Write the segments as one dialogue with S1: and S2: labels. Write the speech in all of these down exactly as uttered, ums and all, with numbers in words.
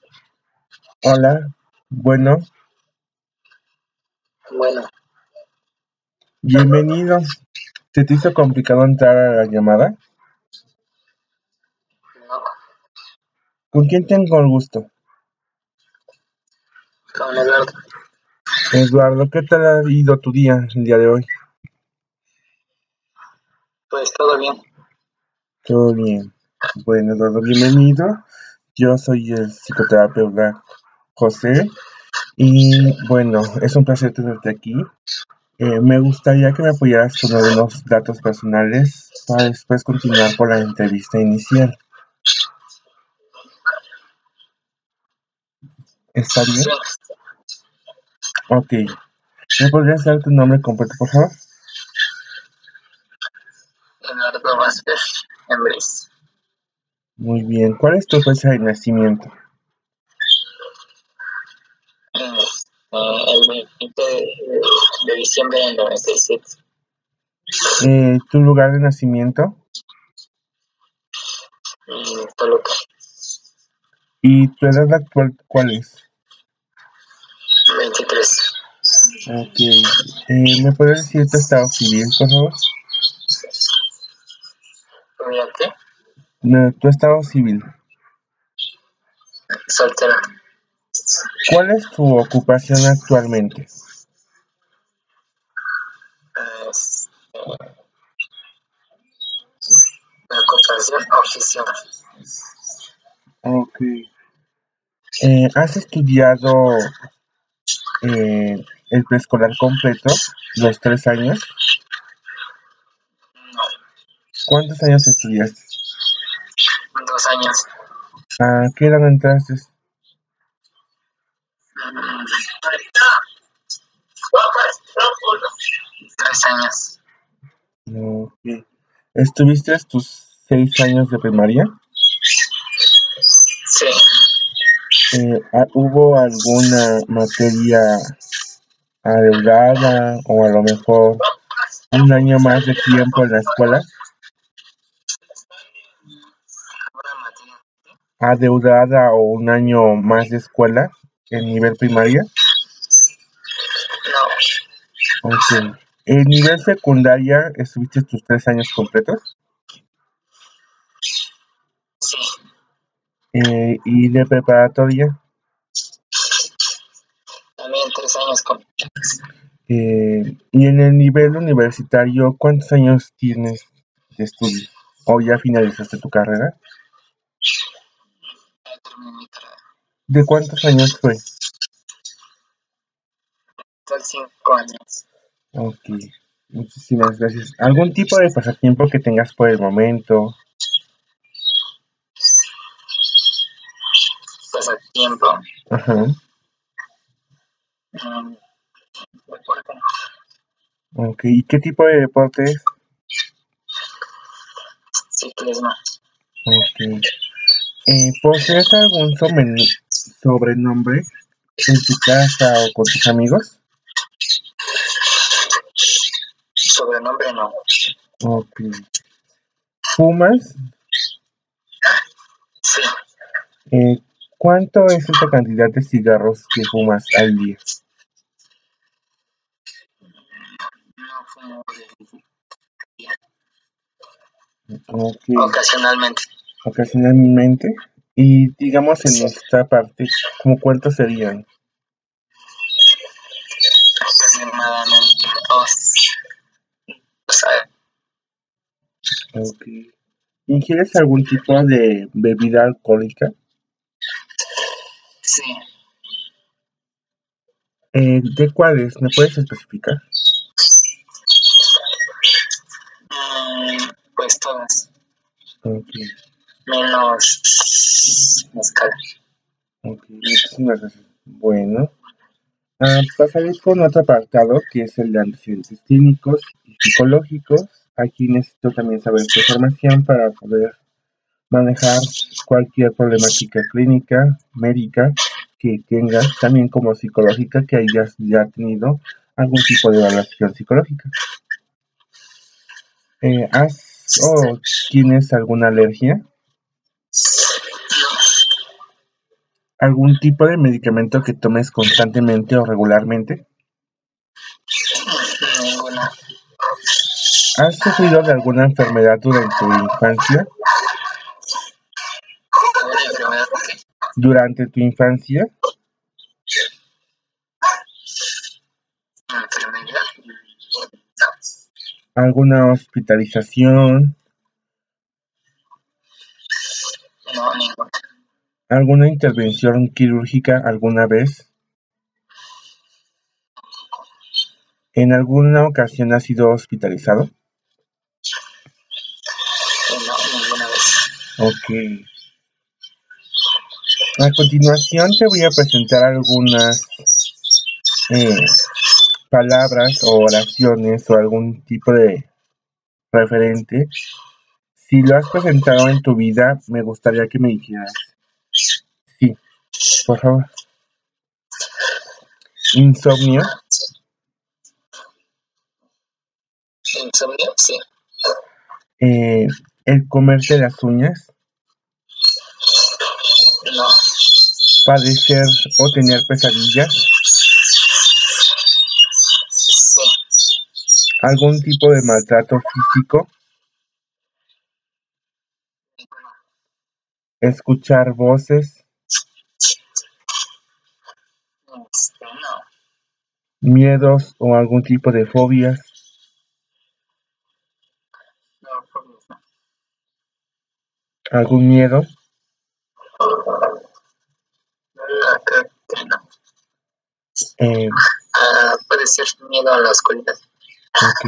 S1: Hola, bueno,
S2: Bueno,
S1: bienvenido. ¿Se te hizo complicado entrar a la llamada?
S2: no,
S1: ¿Con quién tengo el gusto?
S2: con Eduardo,
S1: Eduardo, ¿qué tal ha ido tu día el día de hoy?
S2: pues todo bien.
S1: Todo bien. Bueno, Eduardo, bienvenido. Yo soy el psicoterapeuta José y bueno, es un placer tenerte aquí. Eh, me gustaría que me apoyaras con algunos datos personales para después continuar con la entrevista inicial. ¿Está
S2: Sí,
S1: bien? Ok. ¿Me podrías dar tu nombre completo, por favor?
S2: Eduardo Vázquez Embris,
S1: Muy bien. ¿Cuál es tu fecha de nacimiento?
S2: este, el veinte de, de diciembre del noventa y siete,
S1: Eh, ¿tu lugar de nacimiento?
S2: en Toluca,
S1: ¿Y tu edad actual cuál es?
S2: veintitrés.
S1: Ok. Eh, ¿me puedes decir tu estado civil, por favor?
S2: Fíjate,
S1: No, tu estado civil.
S2: soltero,
S1: ¿Cuál es tu ocupación actualmente?
S2: este, ocupación oficial.
S1: Ok. Eh, ¿has estudiado eh, el preescolar completo, los tres años?
S2: No,
S1: ¿Cuántos años estudiaste?
S2: dos años.
S1: ¿A qué edad entraste?
S2: Mm, tres años.
S1: Ok. ¿Estuviste tus seis años de primaria?
S2: Sí,
S1: Eh, ah, ¿hubo alguna materia adeudada o a lo mejor un año más de tiempo en la escuela?
S2: una materia.
S1: ¿Adeudada o un año más de escuela en nivel primaria?
S2: No,
S1: Ok. ¿En nivel secundaria estuviste tus tres años completos?
S2: sí,
S1: Eh, ¿y de preparatoria?
S2: también tres años con
S1: Eh, ¿y en el nivel universitario cuántos años tienes de estudio? ¿O ya finalizaste tu carrera?
S2: ya terminé mi carrera.
S1: ¿De cuántos años fue?
S2: Son cinco años.
S1: Ok, muchísimas gracias. ¿Algún tipo de pasatiempo que tengas por el momento?
S2: Pasatiempo.
S1: Ajá,
S2: Mm, deporte.
S1: ok. ¿Y qué tipo de deporte es?
S2: Ciclismo.
S1: Ok. Eh, ¿posees algún somen- sobrenombre en tu casa o con tus amigos?
S2: Sobrenombre no.
S1: Ok. ¿Fumas?
S2: Sí.
S1: Eh, ¿cuánto es la cantidad de cigarros que fumas al día?
S2: No fumo de día.
S1: Ok,
S2: Ocasionalmente.
S1: ocasionalmente. Y digamos en
S2: Sí.
S1: esta parte, ¿cómo cuántos serían?
S2: Aproximadamente dos. O sea,
S1: Ok. ¿Ingieres algún tipo de bebida alcohólica?
S2: sí.
S1: Eh, ¿de cuáles? ¿Me puedes especificar?
S2: Mm, pues todas.
S1: Ok,
S2: Menos mezcal.
S1: ok, muchísimas gracias. Bueno, ah, pasaré con otro apartado que es el de antecedentes clínicos y psicológicos. Aquí necesito también saber tu información para poder manejar cualquier problemática clínica, médica que tengas, también como psicológica que hayas ya tenido algún tipo de evaluación psicológica. Eh, ¿has o tienes alguna alergia? ¿Algún tipo de medicamento que tomes constantemente o regularmente?
S2: Ninguna.
S1: ¿Has sufrido de alguna enfermedad durante tu infancia?
S2: ¿Alguna enfermedad o qué?
S1: ¿Durante tu infancia?
S2: ¿Enfermedad? No.
S1: ¿Alguna hospitalización?
S2: No, ninguna.
S1: ¿Alguna intervención quirúrgica alguna vez? ¿En alguna ocasión has sido hospitalizado?
S2: No, ninguna vez.
S1: Ok. A continuación te voy a presentar algunas eh, palabras o oraciones o algún tipo de referente. Si lo has presentado en tu vida, me gustaría que me dijeras sí, por favor. Insomnio,
S2: ¿Insomnio? Sí.
S1: eh, el comerte las uñas,
S2: No.
S1: padecer o tener pesadillas,
S2: Sí.
S1: algún tipo de maltrato físico, escuchar voces,
S2: Este, no.
S1: miedos o algún tipo de fobias,
S2: No, por no.
S1: algún miedo,
S2: No, creo que no.
S1: eh,
S2: Ah, puede ser miedo a la oscuridad.
S1: ok,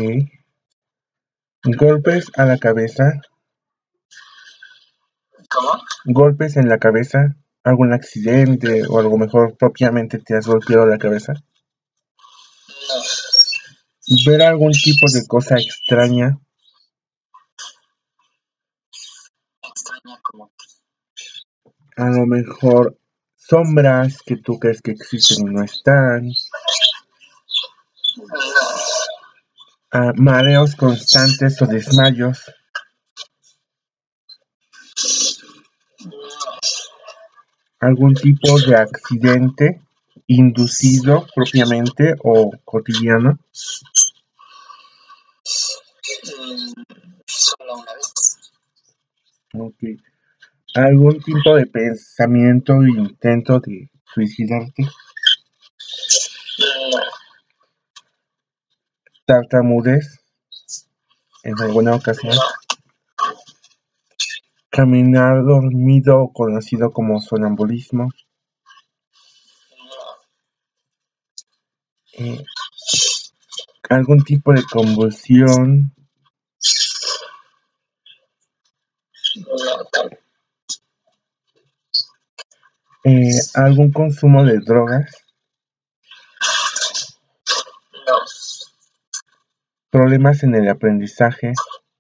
S1: golpes a la cabeza,
S2: ¿Cómo?
S1: golpes en la cabeza, algún accidente o algo mejor propiamente te has golpeado la cabeza,
S2: No.
S1: ver algún tipo de cosa extraña,
S2: Extraña como
S1: a lo mejor sombras que tú crees que existen y no están,
S2: no.
S1: ah, mareos constantes o desmayos,
S2: No.
S1: algún tipo de accidente inducido propiamente o cotidiano,
S2: Mm, solo una vez.
S1: ok, algún tipo de pensamiento o intento de suicidarte,
S2: No.
S1: tartamudez en alguna ocasión,
S2: No.
S1: caminar dormido conocido como sonambulismo,
S2: No.
S1: eh, algún tipo de convulsión,
S2: No. Tampoco.
S1: eh, algún consumo de drogas,
S2: No.
S1: problemas en el aprendizaje,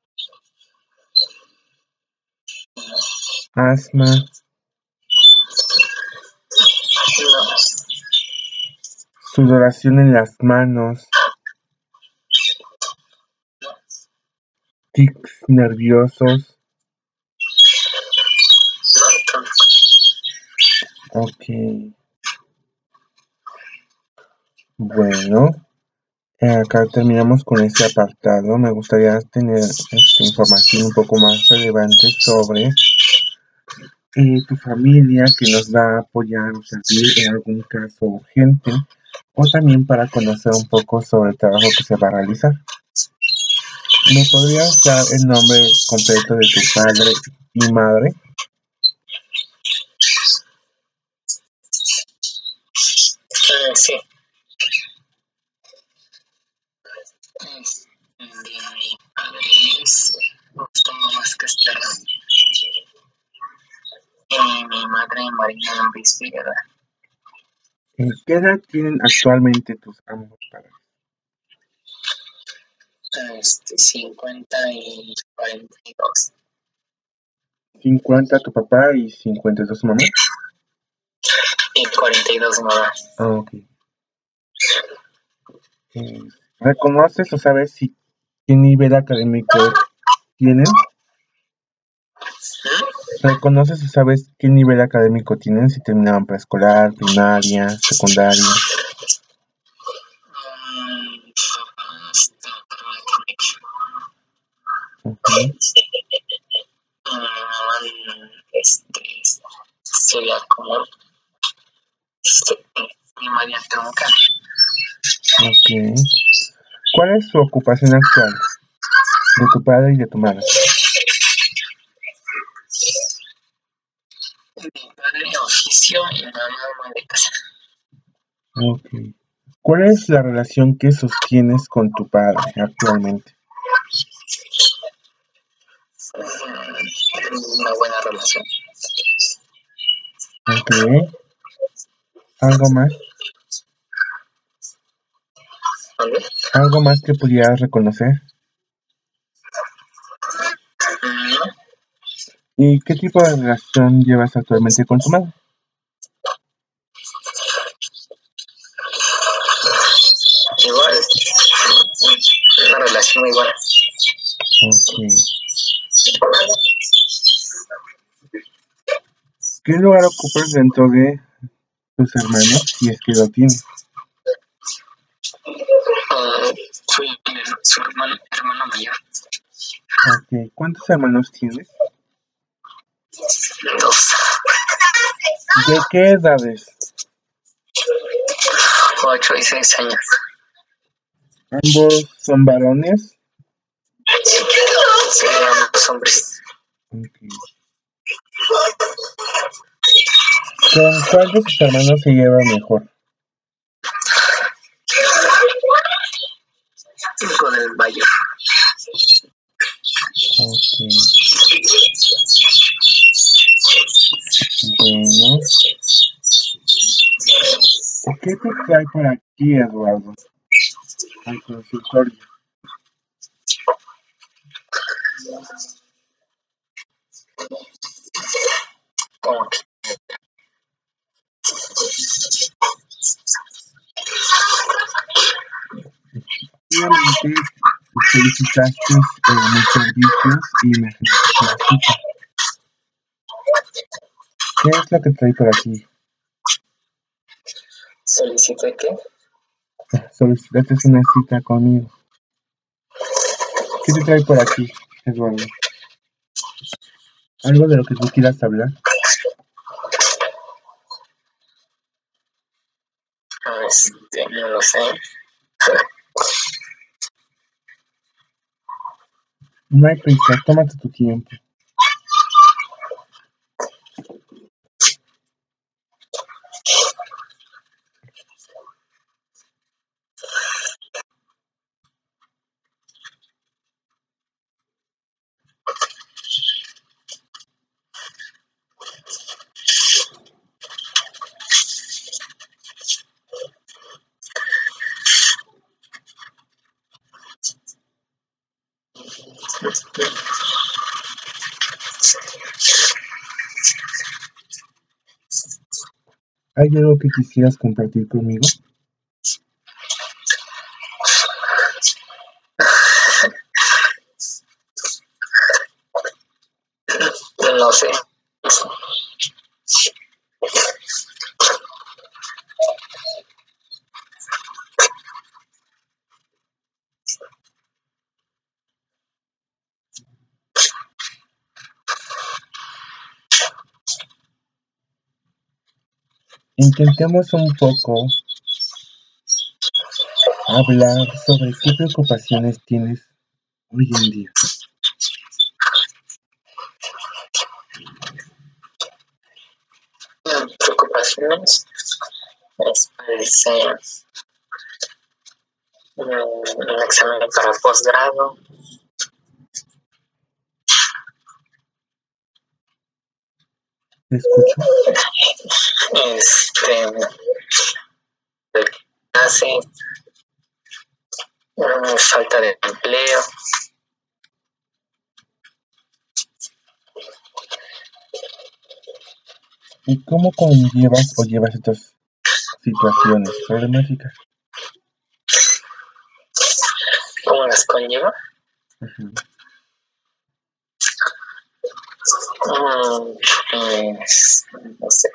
S1: asma,
S2: No.
S1: sudoración en las manos, tics nerviosos,
S2: No. Tampoco.
S1: ok, bueno, eh, acá terminamos con este apartado. Me gustaría tener esta información un poco más relevante sobre eh, tu familia que nos va a apoyar o servir en algún caso urgente o también para conocer un poco sobre el trabajo que se va a realizar. ¿Me podrías dar el nombre completo de tu padre y madre?
S2: Eh, sí. Es, de mi padre es Gustavo Vázquez Terra y mi madre Marina Lambis Figueroa.
S1: Eh, ¿Qué edad tienen actualmente tus ambos padres?
S2: Este, cincuenta y cuarenta y dos.
S1: cincuenta tu papá y cincuenta y dos tu mamá.
S2: Y cuarenta y dos mamá.
S1: Ah, ok. Eh, ¿reconoces o sabes si qué nivel académico tienen?
S2: ¿Mm?
S1: ¿Reconoces o sabes qué nivel académico tienen? Si terminaban preescolar, primaria, secundaria.
S2: Mm, este,
S1: Ujú.
S2: mm, este, sería como este, primaria trunca.
S1: Ok. ¿Cuál es su ocupación actual? De tu padre y de tu madre.
S2: Mi padre oficio y mamá ama de casa.
S1: Ok. ¿Cuál es la relación que sostienes con tu padre actualmente?
S2: Mm, una buena relación.
S1: Ok. ¿Algo más?
S2: ¿Vale?
S1: ¿Algo más que pudieras reconocer?
S2: Mm,
S1: ¿Y qué tipo de relación llevas actualmente con tu madre?
S2: igual, mm, una relación muy buena.
S1: Ok. ¿Qué lugar ocupas dentro de tus hermanos, si es que lo tienes?
S2: Uh, soy su hermano, hermano mayor.
S1: Ok. ¿Cuántos hermanos tienes?
S2: Dos,
S1: ¿De qué edades?
S2: ocho y seis años.
S1: ¿Ambos son varones?
S2: Sí, ambos hombres.
S1: Ok. ¿Con cuál de sus hermanos se lleva mejor?
S2: Con el mayor.
S1: Ok. Bueno. ¿Qué te trae por aquí, Eduardo? Al consultorio.
S2: Como que
S1: Obviamente solicitaste eh, mis servicios y me agendaste una cita. ¿Qué es lo que trae por aquí?
S2: solicité que
S1: Solicitaste una cita conmigo. ¿Qué te trae por aquí, Eduardo? ¿Algo de lo que tú quieras hablar?
S2: este, no lo sé.
S1: No hay prisa, tómate tu tiempo. ¿Hay algo que quisieras compartir conmigo?
S2: No sé.
S1: Intentemos un poco hablar sobre qué preocupaciones tienes hoy en día.
S2: Mm, preocupaciones es parecer mm, un examen para posgrado.
S1: ¿Te escucho?
S2: Este, de clase, mm, falta de empleo.
S1: ¿Y cómo conllevas o llevas estas situaciones problemáticas?
S2: ¿Cómo las conlleva?
S1: Ujú.
S2: Mm, pues, no sé.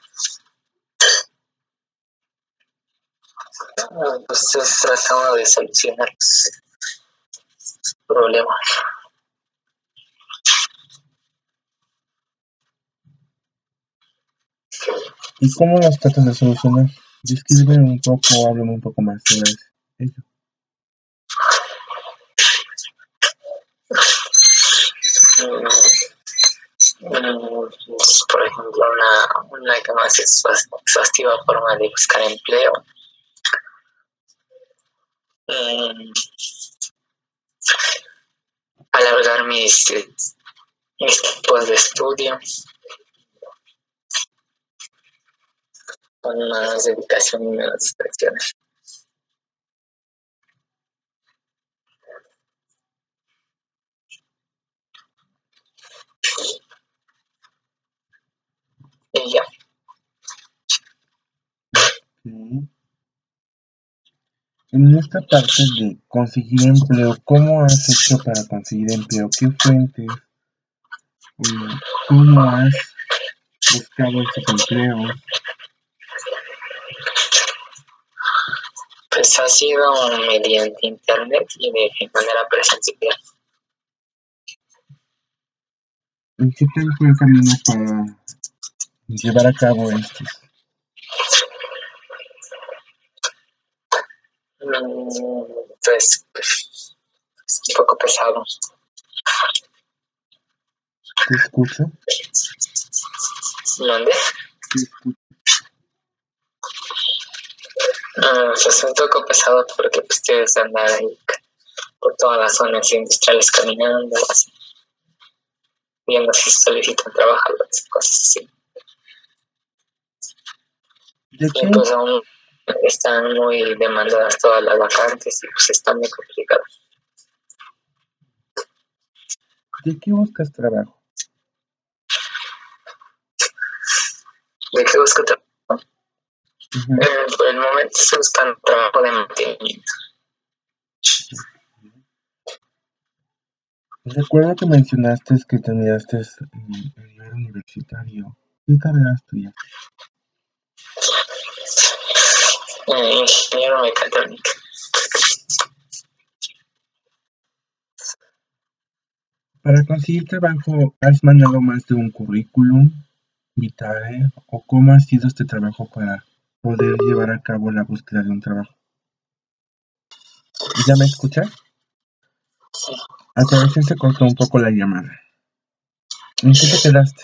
S2: Ah, pues es tratando de solucionar los problemas.
S1: ¿Y cómo los tratan de solucionar? Descríbeme un poco, háblame un poco más sobre ello.
S2: Mm, mm, pues, por ejemplo, una, una que más exhaustiva forma de buscar empleo. Mm, alargar mis, mis tiempos de estudio con más dedicación y menos distracciones. Y ya.
S1: Okay. En esta parte de conseguir empleo, ¿cómo has hecho para conseguir empleo? ¿Qué fuentes? Eh, ¿Cómo has buscado estos empleos?
S2: Pues ha sido mediante internet y de manera presencial.
S1: ¿En qué tal fue el camino para llevar a cabo estos?
S2: Mm, pues, pues es un poco pesado.
S1: ¿Te escucho?
S2: ¿Dónde?
S1: ¿Te escucho?
S2: Mm, pues es un poco pesado porque pues tienes que andar ahí por todas las zonas industriales caminando, así, viendo si solicitan trabajo, cosas así.
S1: ¿De
S2: Y
S1: qué,
S2: pues aún están muy demandadas todas las vacantes y pues está muy complicado.
S1: de qué buscas trabajo?
S2: ¿De qué busco trabajo?
S1: Uh-huh.
S2: Eh, por el momento se buscan trabajo de mantenimiento.
S1: Recuerdo que mencionaste que terminaste el nivel universitario. ¿Qué carrera estudiaste?
S2: Eh, ingeniero mecatrónico.
S1: Para conseguir trabajo, ¿has mandado más de un currículum vitae o cómo ha sido este trabajo para poder llevar a cabo la búsqueda de un trabajo? ¿Ya me escuchas?
S2: Sí.
S1: A tu vez se cortó un poco la llamada. ¿En qué te quedaste?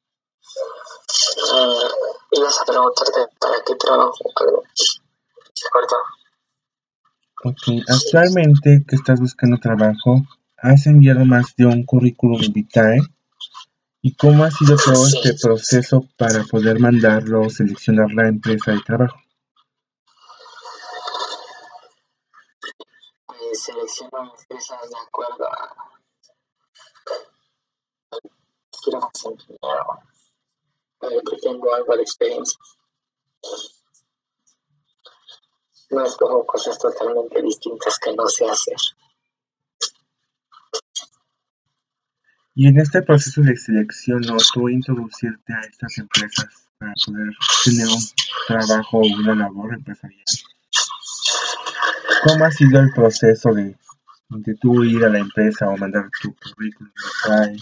S2: Uh, ibas a preguntarte para qué trabajo, pero se cortó.
S1: Ok, actualmente que estás buscando trabajo, ¿has enviado más de un currículum vitae? ¿Y cómo ha sido todo
S2: Sí.
S1: este proceso para poder mandarlo o seleccionar la empresa de trabajo?
S2: Pues selecciono empresas de acuerdo a quiero más ingeniero, que tengo algo de experiencia. No escojo cosas totalmente distintas que no sé hacer.
S1: Y en este proceso de selección o tú introducirte a estas empresas para poder tener un trabajo o una labor empresarial. ¿Cómo ha sido el proceso de, de tú ir a la empresa o mandar tu currículum vitae?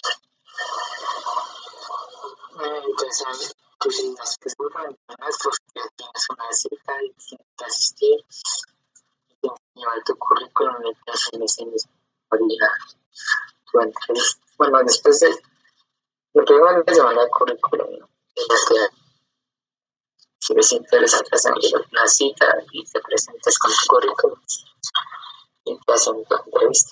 S2: Pues, pues las que escogen nuestros que tienes una cita y tienes que asistir, tienes que llevar tu currículum y te hacen ese mismo día tu entrevista. Bueno, después de lo primero es llevar el currículum, ¿no? Es lo que si les interesa te hacen una cita y te presentes con tu currículum y te hacen tu entrevista.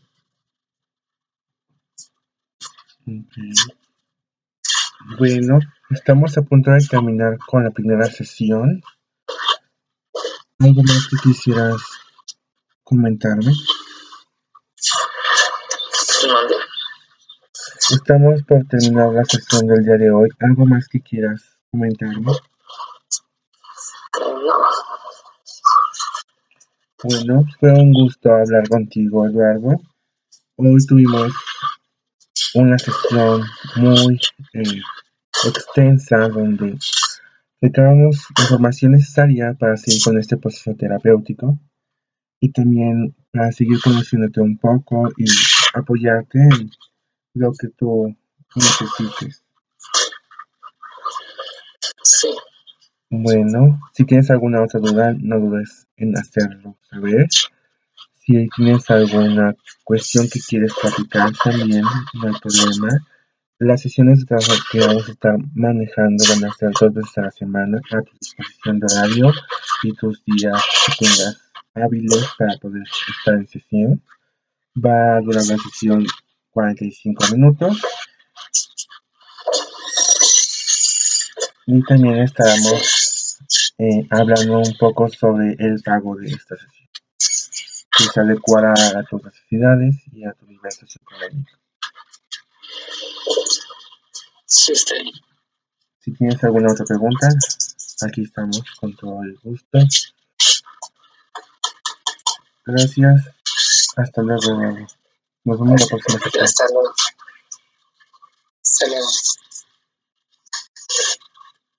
S1: Okay. Bueno, estamos a punto de terminar con la primera sesión. ¿Algo más que quisieras comentarme?
S2: ¿Dónde?
S1: Estamos por terminar la sesión del día de hoy. ¿Algo más que quieras comentarme?
S2: No.
S1: Bueno, fue un gusto hablar contigo, Eduardo. Hoy tuvimos una sesión muy eh, extensa donde recabamos información necesaria para seguir con este proceso terapéutico y también para seguir conociéndote un poco y apoyarte en lo que tú necesites.
S2: Sí.
S1: Bueno, si tienes alguna otra duda, no dudes en hacerlo saber. Si tienes alguna cuestión que quieres platicar también, no hay problema. Las sesiones de trabajo que vamos a estar manejando van a ser dos veces a la semana a tu disposición de horario y tus días que tengas hábiles para poder estar en sesión. Va a durar la sesión cuarenta y cinco minutos y también estaremos eh, hablando un poco sobre el pago de esta sesión, que se adecuará a tus necesidades y a tu nivel socioeconómico.
S2: Sí, está bien.
S1: Si tienes alguna otra pregunta, aquí estamos con todo el gusto. Gracias. Hasta luego. Nos vemos en la próxima sesión.
S2: Hasta luego. Hasta luego.